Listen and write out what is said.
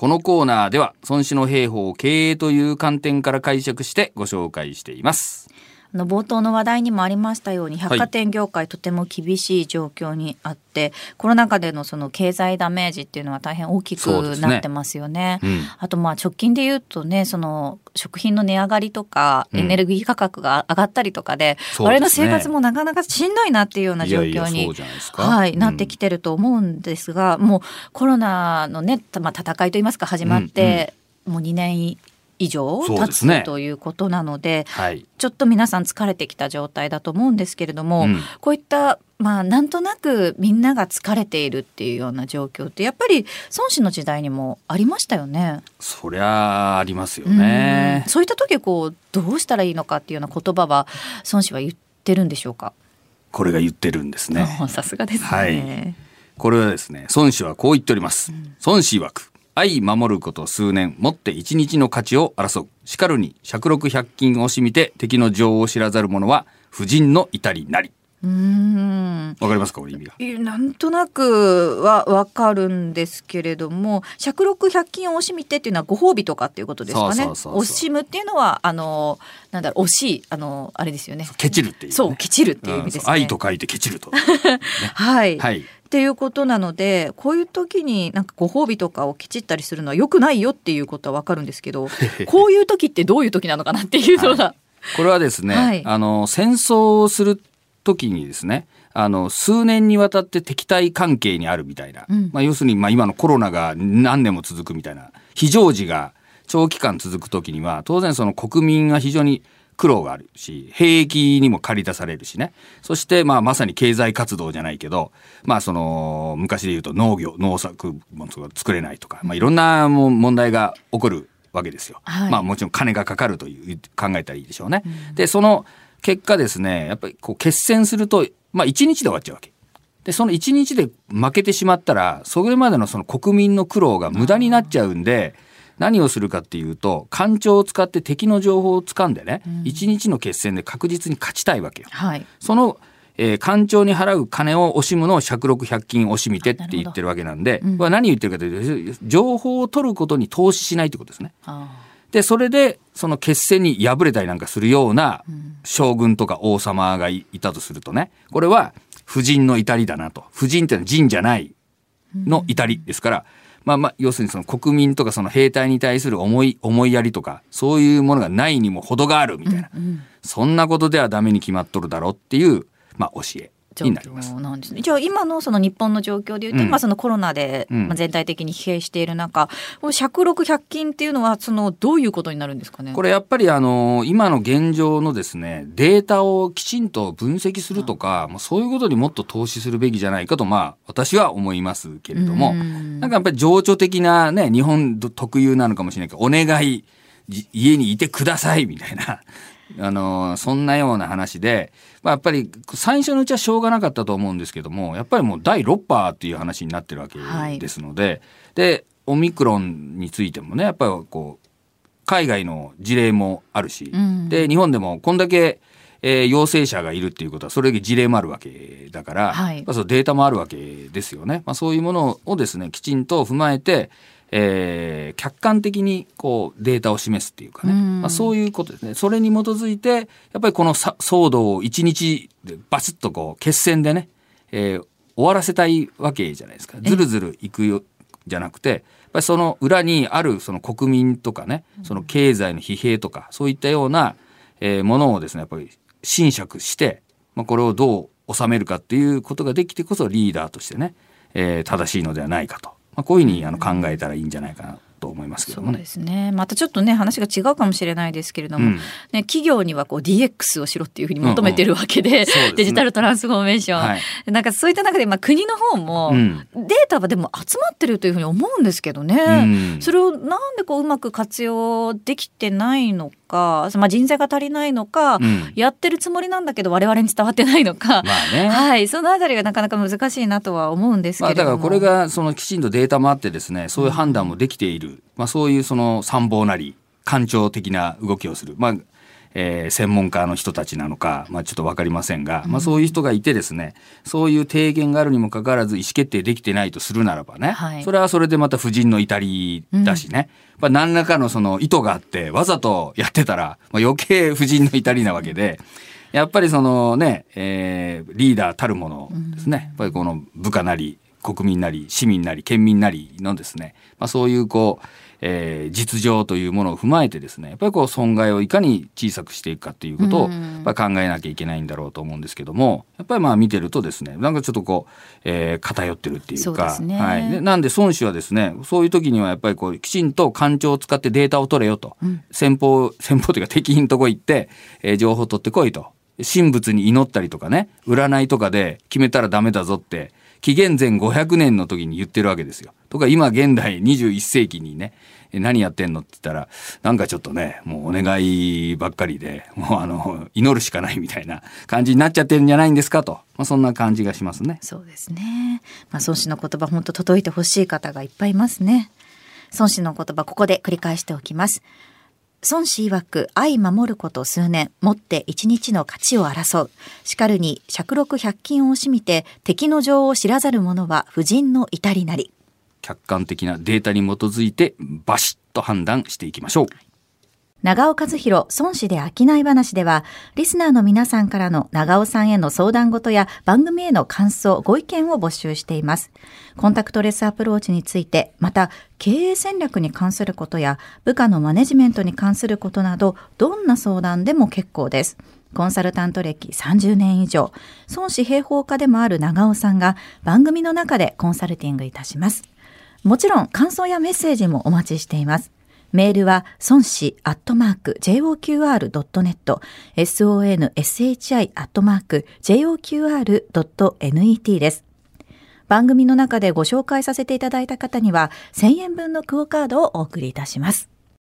このコーナーでは孫子の兵法を経営という観点から解釈してご紹介しています。 冒頭の話題にもありましたように百貨店業界、とても厳しい状況にあって、コロナ禍でのその経済ダメージっていうのは大変大きくなってますよね。あと直近で言うとね、その食品の値上がりとかエネルギー価格が上がったりとかで、我々の生活もなかなかしんどいなっていうような状況になってきてると思うんですが、もうコロナのね、戦いといいますか始まって、もう2年以上経つということなので、ちょっと皆さん疲れてきた状態だと思うんですけれども、こういったなんとなくみんなが疲れているっていうような状況ってやっぱり孫子の時代にもありましたよね。 そりゃありますよね。 そういった時どうしたらいいのかっていうような言葉は孫子は言ってるんでしょうか。 これが言ってるんですね。 さすがですね。 これはですね、孫子はこう言っております。孫子曰く、相守ること数年、もって一日の価値を争う。しかるに百六百均を惜しみて敵の情を知らざる者は婦人の至りなり。わかりますか、これ意味が。 なんとなくはわかるんですけれども、百六百均を惜しみてっていうのはご褒美とかっていうことですかね。惜しむっていうのは惜しいあれですよね。 ケチるっていう、ね、 そうケチるっていう意味ですね。 愛と書いてケチると、ね、 はい、っていうことなので、こういう時にご褒美とかをケチったりするのは良くないよっていうことはわかるんですけどこういう時ってどういう時なのかなっていうのが、 これはですね、戦争をする時にですね、数年にわたって敵対関係にあるみたいな、要するに今のコロナが何年も続くみたいな非常時が長期間続く時には、当然その国民は非常に苦労があるし、兵役にも駆り出されるしね。そしてまさに経済活動じゃないけど、その昔で言うと農作物が作れないとか、いろんな問題が起こるわけですよ。もちろん金がかかるという考えたらいいでしょうね。でその結果ですね、やっぱり決戦すると1日で終わっちゃうわけで、その1日で負けてしまったらそれまでのその国民の苦労が無駄になっちゃうんで、何をするかっていうと、官庁を使って敵の情報を掴んでね、1日の決戦で確実に勝ちたいわけよ。その、官庁に払う金を惜しむのを百六百均惜しみてって言ってるわけなんで、これは何言ってるかというと、情報を取ることに投資しないってことですね。でそれでその決戦に敗れたりなんかするような将軍とか王様が いたとするとね、これは婦人の至りだなと。婦人ってのは人じゃないの至りですから、要するにその国民とかその兵隊に対する思いやりとか、そういうものがないにも程があるみたいな、そんなことではダメに決まっとるだろうっていう、教えになります。 なんですね。じゃあ今のその日本の状況でいうと、そのコロナで全体的に疲弊している中、百六百均っていうのはどういうことになるんですかね。 これやっぱり今の現状のですね、データをきちんと分析するとか、そういうことにもっと投資するべきじゃないかと私は思いますけれども、やっぱり情緒的なね、日本特有なのかもしれないけど、お願い家にいてくださいみたいなそんなような話で、やっぱり最初のうちはしょうがなかったと思うんですけども、やっぱりもう第6波っていう話になってるわけですので、でオミクロンについてもね、やっぱり海外の事例もあるし、で日本でもこんだけ陽性者がいるっていうことはそれだけ事例もあるわけだから、そのデータもあるわけですよね。そういうものをですね、きちんと踏まえて客観的にデータを示すっていうかね、そういうことですね。それに基づいてやっぱりこの騒動を一日でバスッと決戦でね、終わらせたいわけじゃないですか。ずるずるいくよじゃなくて、やっぱりその裏にあるその国民とかね、その経済の疲弊とかそういったようなものをですね、やっぱり斟酌して、これをどう収めるかっていうことができてこそリーダーとしてね、正しいのではないかと。こういうふうに考えたらいいんじゃないかなと思いますけどもね。 そうですね。またちょっとね話が違うかもしれないですけれども、企業にはDX をしろっていうふうに求めてるわけで、デジタルトランスフォーメーション、なんかそういった中で国の方もデータはでも集まってるというふうに思うんですけどね、それをなんでうまく活用できてないのか、人材が足りないのか、やってるつもりなんだけど我々に伝わってないのか、そのあたりがなかなか難しいなとは思うんですけれども、 だからこれがきちんとデータもあってですね、そういう判断もできている、そういう参謀なり官庁的な動きをする、 専門家の人たちなのか、ちょっと分かりませんが、そういう人がいてですね、そういう提言があるにもかかわらず意思決定できてないとするならばね、はい、それはそれでまた夫人の至りだしね、何らかのその意図があってわざとやってたら、余計夫人の至りなわけで、やっぱりそのね、リーダーたるものですね、やっぱりこの部下なり国民なり市民なり県民なりのですね、そういう実情というものを踏まえてですね、やっぱり損害をいかに小さくしていくかということをやっぱり考えなきゃいけないんだろうと思うんですけども、やっぱり見てるとですね、なんかちょっと偏ってるっていうか、はい、なんで孫子はですね、そういう時にはやっぱりきちんと官庁を使ってデータを取れよと、先方というか敵のとこ行って、情報を取ってこいと、神仏に祈ったりとかね、占いとかで決めたらダメだぞって紀元前500年の時に言ってるわけですよ。とか今現代21世紀にね、何やってんのって言ったら、なんかちょっとね、もうお願いばっかりで、もう祈るしかないみたいな感じになっちゃってるんじゃないんですかと、そんな感じがしますね。 そうですね。孫子の言葉、本当届いてほしい方がいっぱいいますね。孫子の言葉、ここで繰り返しておきます。孫子曰く、相守ること数年、もって一日の勝ちを争う。しかるに尺禄百均を惜しみて、敵の情を知らざる者は夫人の至りなり。 客観的なデータに基づいてバシッと判断していきましょう。 長尾和弘孫子で商い話では、リスナーの皆さんからの長尾さんへの相談事や番組への感想、ご意見を募集しています。コンタクトレスアプローチについて、また経営戦略に関することや部下のマネジメントに関することなど、どんな相談でも結構です。コンサルタント歴30年以上、孫子兵法家でもある長尾さんが番組の中でコンサルティングいたします。もちろん感想やメッセージもお待ちしています。メールは孫子@joqr.net、sonshi@joqr.net です。番組の中でご紹介させていただいた方には1000円分のクオカードをお送りいたします。